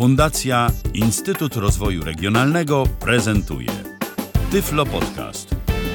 Fundacja Instytut Rozwoju Regionalnego prezentuje Tyflo Podcast.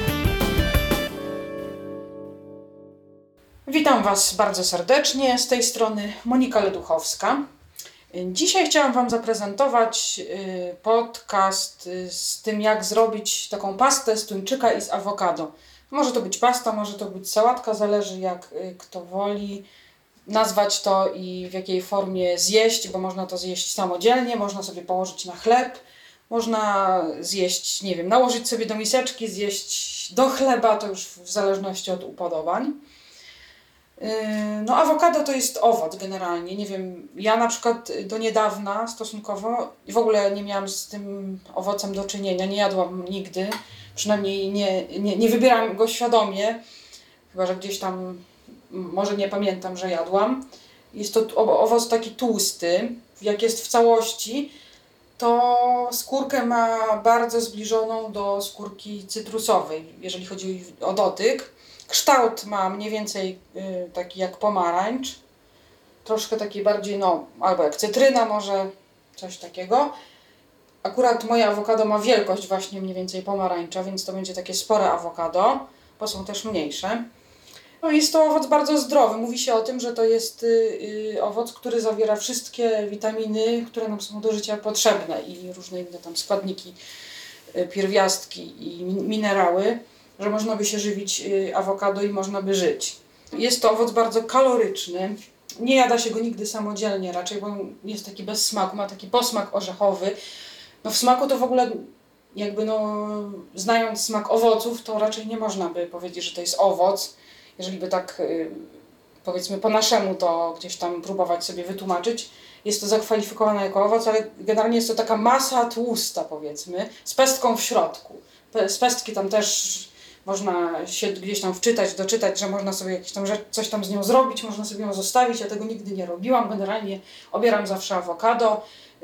Witam Was bardzo serdecznie, z tej strony Monika Leduchowska. Dzisiaj chciałam Wam zaprezentować podcast z tym, jak zrobić taką pastę z tuńczyka i z awokado. Może to być pasta, może to być sałatka, zależy jak kto woli nazwać to i w jakiej formie zjeść, bo można to zjeść samodzielnie, można sobie położyć na chleb, można zjeść, nie wiem, nałożyć sobie do miseczki, zjeść do chleba, to już w zależności od upodobań. No awokado to jest owoc generalnie, nie wiem, ja na przykład do niedawna stosunkowo w ogóle nie miałam z tym owocem do czynienia, nie jadłam nigdy, przynajmniej nie wybieram go świadomie, chyba że gdzieś tam, może nie pamiętam, że jadłam. Jest to owoc taki tłusty, jak jest w całości, to skórkę ma bardzo zbliżoną do skórki cytrusowej, jeżeli chodzi o dotyk. Kształt ma mniej więcej taki jak pomarańcz, troszkę taki bardziej, albo jak cytryna może, coś takiego. Akurat moje awokado ma wielkość właśnie mniej więcej pomarańcza, więc to będzie takie spore awokado, bo są też mniejsze. No jest to owoc bardzo zdrowy. Mówi się o tym, że to jest owoc, który zawiera wszystkie witaminy, które nam są do życia potrzebne i różne inne tam składniki, pierwiastki i minerały, że można by się żywić awokado i można by żyć. Jest to owoc bardzo kaloryczny. Nie jada się go nigdy samodzielnie raczej, bo jest taki bez smaku, ma taki posmak orzechowy. No w smaku to w ogóle znając smak owoców, to raczej nie można by powiedzieć, że to jest owoc. Jeżeli by tak powiedzmy po naszemu to gdzieś tam próbować sobie wytłumaczyć, jest to zakwalifikowane jako owoc, ale generalnie jest to taka masa tłusta powiedzmy, z pestką w środku. Z pestki tam też można się gdzieś tam wczytać, doczytać, że można sobie jakieś tam coś tam z nią zrobić, można sobie ją zostawić. Ja tego nigdy nie robiłam. Generalnie obieram zawsze awokado.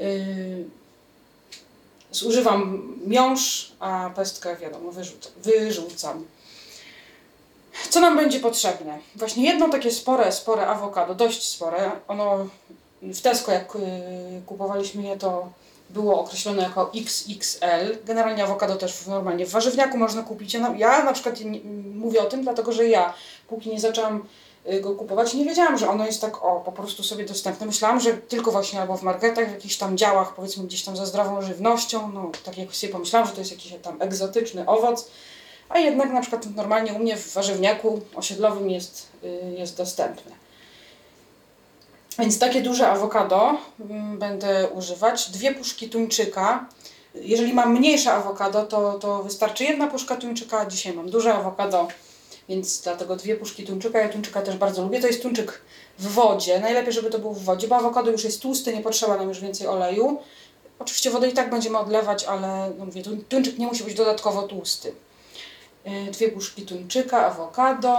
Zużywam miąższ, a pestkę wiadomo wyrzucam. Co nam będzie potrzebne? Właśnie jedno takie spore awokado, dość spore. Ono w Tesco jak kupowaliśmy je, to było określone jako XXL. Generalnie awokado też normalnie w warzywniaku można kupić. Ja na przykład mówię o tym, dlatego że ja póki nie zaczęłam go kupować, nie wiedziałam, że ono jest tak po prostu sobie dostępne. Myślałam, że tylko właśnie albo w marketach, w jakichś tam działach, powiedzmy gdzieś tam za zdrową żywnością, tak jak sobie pomyślałam, że to jest jakiś tam egzotyczny owoc, a jednak na przykład normalnie u mnie w warzywniaku osiedlowym jest dostępne. Więc takie duże awokado będę używać. 2 puszki tuńczyka. Jeżeli mam mniejsze awokado, to wystarczy 1 puszka tuńczyka. Dzisiaj mam duże awokado, więc dlatego 2 puszki tuńczyka. Ja tuńczyka też bardzo lubię. To jest tuńczyk w wodzie. Najlepiej, żeby to był w wodzie, bo awokado już jest tłusty, nie potrzeba nam już więcej oleju. Oczywiście wodę i tak będziemy odlewać, ale mówię, tuńczyk nie musi być dodatkowo tłusty. 2 puszki tuńczyka, awokado.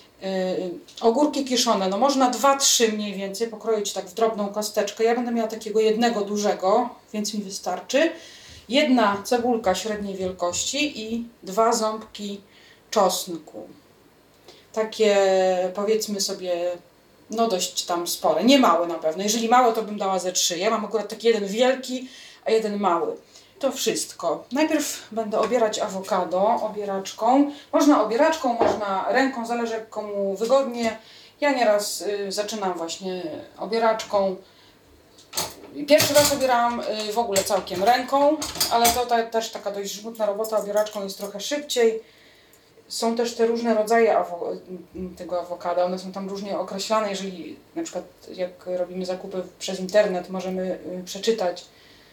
Ogórki kiszone, można 2-3 mniej więcej pokroić tak w drobną kosteczkę. Ja będę miała takiego jednego dużego, więc mi wystarczy. 1 cebulka średniej wielkości i 2 ząbki czosnku. Takie powiedzmy sobie, dość tam spore. Nie małe na pewno. Jeżeli małe, to bym dała ze 3. Ja mam akurat taki jeden wielki, a jeden mały. To wszystko. Najpierw będę obierać awokado obieraczką. Można obieraczką, można ręką, zależy jak komu wygodnie. Ja nieraz zaczynam właśnie obieraczką. Pierwszy raz obierałam w ogóle całkiem ręką, ale to też taka dość żmudna robota. Obieraczką jest trochę szybciej. Są też te różne rodzaje tego awokado. One są tam różnie określane. Jeżeli na przykład jak robimy zakupy przez internet, możemy przeczytać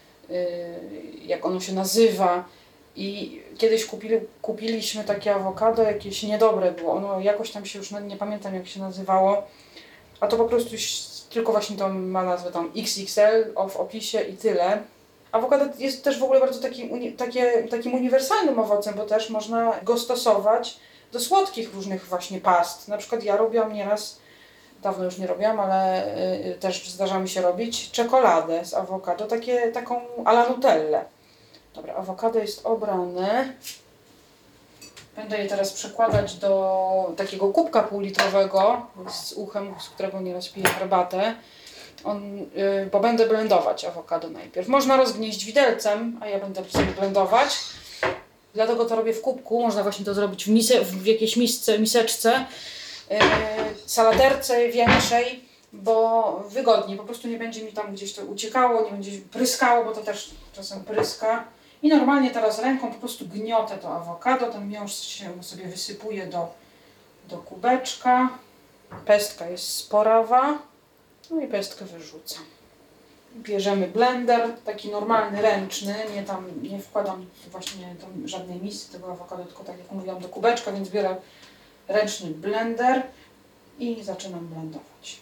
jak ono się nazywa i kiedyś kupiliśmy takie awokado, jakieś niedobre było, ono jakoś tam się już nie pamiętam jak się nazywało, a to po prostu tylko właśnie to ma nazwę tam XXL w opisie i tyle. Awokado jest też w ogóle bardzo takim uniwersalnym owocem, bo też można go stosować do słodkich różnych właśnie past. Na przykład ja robiłam nieraz, dawno już nie robiłam, ale też zdarza mi się robić czekoladę z awokado, taką a la Nutellę. Dobra, awokado jest obrane. Będę je teraz przekładać do takiego kubka półlitrowego z uchem, z którego nieraz piję herbatę. bo będę blendować awokado najpierw. Można rozgnieść widelcem, a ja będę sobie blendować. Dlatego to robię w kubku. Można właśnie to zrobić w jakiejś miseczce, salaterce większej, bo wygodniej. Po prostu nie będzie mi tam gdzieś to uciekało, nie będzie pryskało, bo to też czasem pryska. I normalnie teraz ręką po prostu gniotę to awokado. Ten miąższ się sobie wysypuje do kubeczka. Pestka jest sporawa. No i pestkę wyrzucam. Bierzemy blender, taki normalny, ręczny, nie wkładam właśnie do żadnej misy tego awokado, tylko tak jak mówiłam do kubeczka, więc biorę ręczny blender i zaczynam blendować.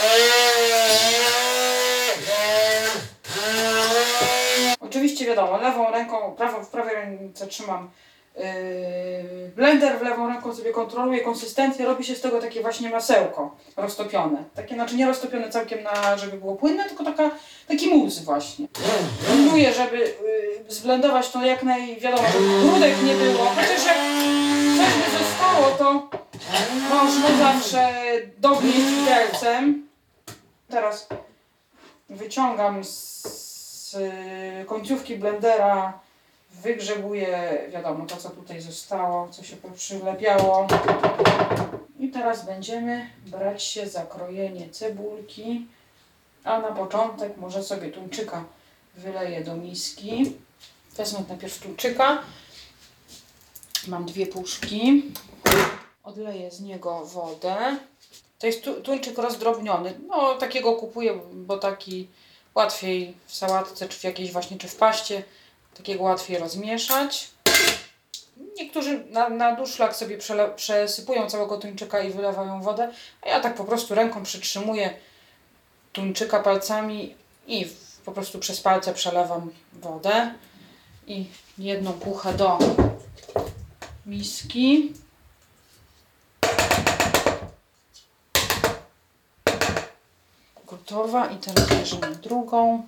Oczywiście wiadomo, lewą ręką, w prawej ręce trzymam blender, w lewą ręką sobie kontroluję konsystencję, robi się z tego takie właśnie masełko roztopione. Takie, znaczy nie roztopione całkiem żeby było płynne, tylko taki mus właśnie. Pilnuję, żeby zblendować to jak wiadomo, żeby grudek nie było, chociaż jak coś mi zostało, to można zawsze dognieść widelcem. Teraz wyciągam z końcówki blendera, wygrzebuję, wiadomo, to co tutaj zostało, co się przylepiało. I teraz będziemy brać się za krojenie cebulki, a na początek może sobie tuńczyka wyleję do miski. Wezmę najpierw tuńczyka, mam 2 puszki, odleję z niego wodę. To jest tuńczyk rozdrobniony, no takiego kupuję, bo taki łatwiej w sałatce, czy w jakiejś właśnie, czy w paście, takiego łatwiej rozmieszać. Niektórzy na duszlak sobie przesypują całego tuńczyka i wylewają wodę, a ja tak po prostu ręką przytrzymuję tuńczyka palcami i po prostu przez palce przelewam wodę i jedną puchę do miski. Gotowa i teraz bierzemy drugą.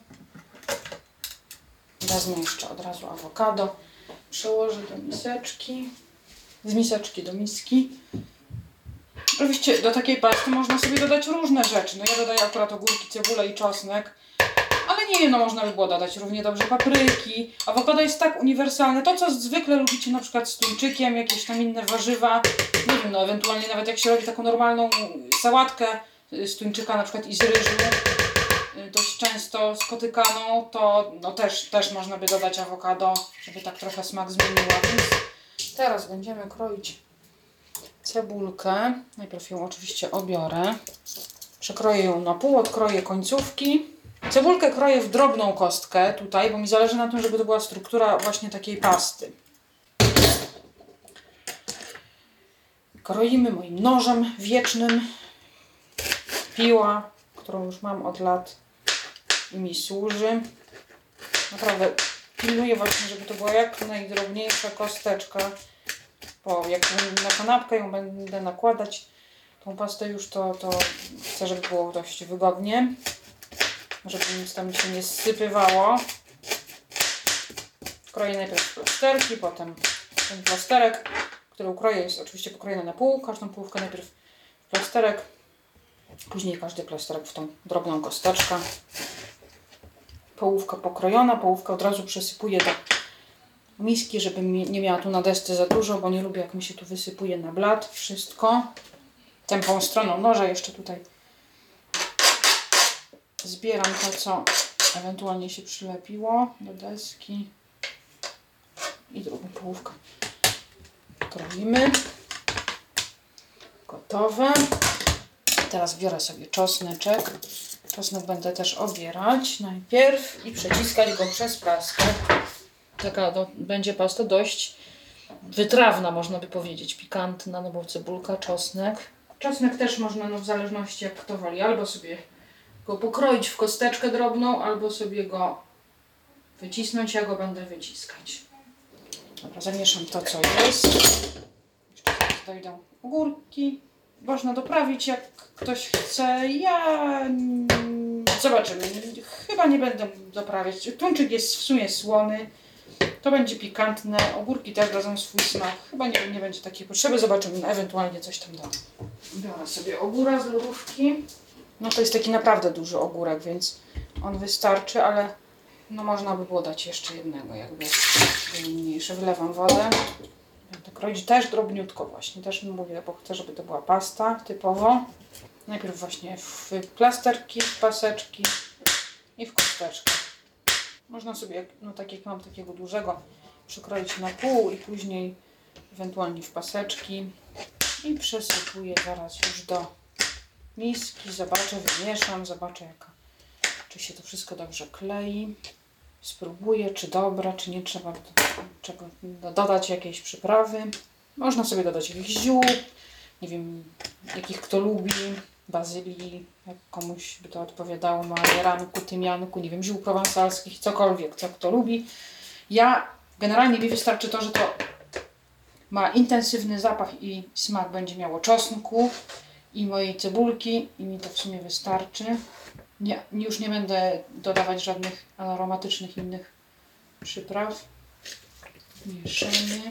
Wezmę jeszcze od razu awokado, przełożę do miseczki, z miseczki do miski. Oczywiście do takiej pasty można sobie dodać różne rzeczy. No ja dodaję akurat ogórki, cebulę i czosnek, ale nie wiem, no można by było dodać równie dobrze papryki. Awokado jest tak uniwersalne. To, co zwykle lubicie na przykład z tuńczykiem, jakieś tam inne warzywa, nie wiem, no ewentualnie nawet jak się robi taką normalną sałatkę z tuńczyka na przykład i z ryżu, dość często spotykaną, to no też można by dodać awokado, żeby tak trochę smak zmieniła. Więc teraz będziemy kroić cebulkę. Najpierw ją oczywiście obiorę. Przekroję ją na pół, odkroję końcówki. Cebulkę kroję w drobną kostkę tutaj, bo mi zależy na tym, żeby to była struktura właśnie takiej pasty. Kroimy moim nożem wiecznym. Piła, którą już mam od lat i mi służy. Naprawdę pilnuję właśnie, żeby to była jak najdrobniejsza kosteczka, bo jak na kanapkę ją będę nakładać, tą pastę już, to chcę, żeby było dość wygodnie, żeby nic tam się nie zsypywało. Kroję najpierw plasterki, potem ten plasterek, który ukroję, jest oczywiście pokrojony na pół, każdą połówkę najpierw w plasterek, później każdy plasterek w tą drobną kosteczkę. Połówka pokrojona, połówkę od razu przesypuję do miski, żeby nie miała tu na desce za dużo, bo nie lubię, jak mi się tu wysypuje na blat wszystko. Tępą stroną noża jeszcze tutaj zbieram to, co ewentualnie się przylepiło do deski. I drugą połówkę kroimy. Gotowe. Teraz biorę sobie czosneczek. Czosnek będę też obierać najpierw i przeciskać go przez praskę. Taka będzie pasta dość wytrawna, można by powiedzieć, pikantna, no bo cebulka, czosnek. Czosnek też można, no w zależności jak kto woli, albo sobie go pokroić w kosteczkę drobną, albo sobie go wycisnąć, ja go będę wyciskać. Dobra, zamieszam to, co jest. Jeszcze dojdą ogórki. Można doprawić, jak ktoś chce. Zobaczymy. Chyba nie będę doprawiać. Tuńczyk jest w sumie słony. To będzie pikantne. Ogórki też dadzą swój smak. Chyba nie będzie takiej potrzeby. Zobaczymy. Ewentualnie coś tam dam. Biorę sobie ogóra z lodówki. No to jest taki naprawdę duży ogórek, więc on wystarczy, ale no można by było dać jeszcze jednego, jakby był mniejszy. Wylewam wodę. Będę kroić też drobniutko właśnie. Też mówię, bo chcę, żeby to była pasta typowo. Najpierw właśnie w plasterki, w paseczki i w kosteczkę. Można sobie, no tak jak mam takiego dużego, przykroić na pół i później ewentualnie w paseczki. I przesypuję zaraz już do miski. Zobaczę, wymieszam, zobaczę czy się to wszystko dobrze klei. Spróbuję, czy dobre, czy nie trzeba dodać jakiejś przyprawy. Można sobie dodać jakichś ziół, nie wiem, jakich kto lubi, bazylii, jak komuś by to odpowiadało, majeranku, tymianku, nie wiem, ziół prowansalskich, cokolwiek, co kto lubi. Generalnie mi wystarczy to, że to ma intensywny zapach i smak będzie miało czosnku i mojej cebulki i mi to w sumie wystarczy. Już nie będę dodawać żadnych aromatycznych innych przypraw. Mieszymy.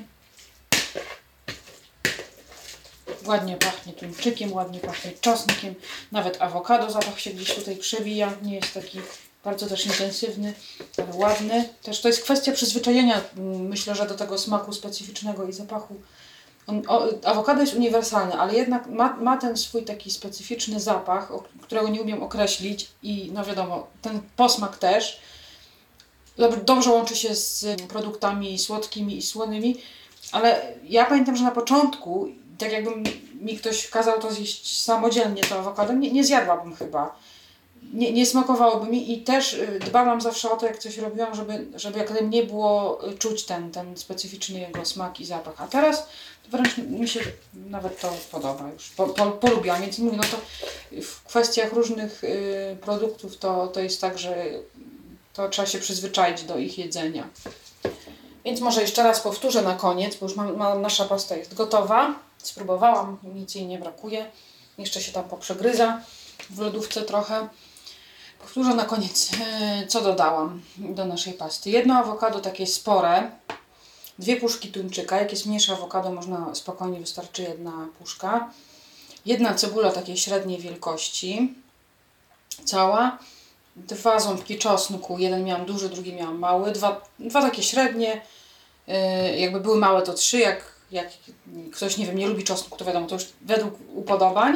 Ładnie pachnie tuńczykiem, ładnie pachnie czosnkiem. Nawet awokado zapach się gdzieś tutaj przewija. Nie jest taki bardzo też intensywny, ale ładny. Też to jest kwestia przyzwyczajenia, myślę, że do tego smaku specyficznego i zapachu. Awokado jest uniwersalny, ale jednak ma ten swój taki specyficzny zapach, którego nie umiem określić i no wiadomo, ten posmak też. Dobrze łączy się z produktami słodkimi i słonymi, ale ja pamiętam, że na początku, tak jakby mi ktoś kazał to zjeść samodzielnie, to awokado, nie zjadłabym chyba. Nie smakowałoby mi i też dbałam zawsze o to, jak coś robiłam, żeby jak nie było czuć ten specyficzny jego smak i zapach. A teraz wręcz mi się nawet to podoba już. Polubiłam, więc mówię, no to w kwestiach różnych produktów to jest tak, że to trzeba się przyzwyczaić do ich jedzenia. Więc może jeszcze raz powtórzę na koniec, bo już nasza pasta jest gotowa. Spróbowałam, nic jej nie brakuje. Jeszcze się tam poprzegryza w lodówce trochę. Powtórzę na koniec, co dodałam do naszej pasty. Jedno awokado takie spore, 2 puszki tuńczyka. Jak jest mniejsze awokado, można spokojnie, wystarczy 1 puszka. 1 cebula takiej średniej wielkości, cała. 2 ząbki czosnku, jeden miałam duży, drugi miałam mały. 2 takie średnie, jakby były małe to 3, jak ktoś, nie wiem, nie lubi czosnku, to wiadomo, to już według upodobań.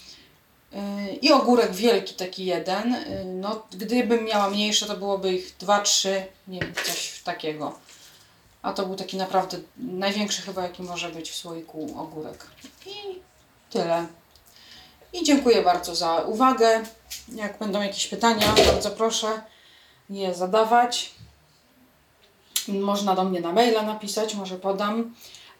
I ogórek wielki, taki 1. No, gdybym miała mniejsze, to byłoby ich 2, 3, nie wiem, coś takiego. A to był taki naprawdę największy chyba, jaki może być w słoiku ogórek. I tyle. I dziękuję bardzo za uwagę. Jak będą jakieś pytania, bardzo proszę je zadawać. Można do mnie na maila napisać, może podam.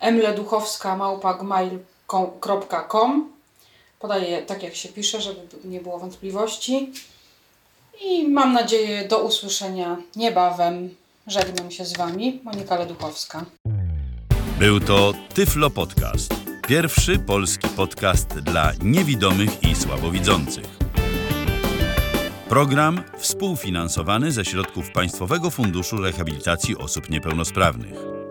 mleduchowska@gmail.com. Podaję tak, jak się pisze, żeby nie było wątpliwości. I mam nadzieję, do usłyszenia niebawem. Żegnam się z Wami, Monika Leduchowska. Był to Tyflo Podcast. Pierwszy polski podcast dla niewidomych i słabowidzących. Program współfinansowany ze środków Państwowego Funduszu Rehabilitacji Osób Niepełnosprawnych.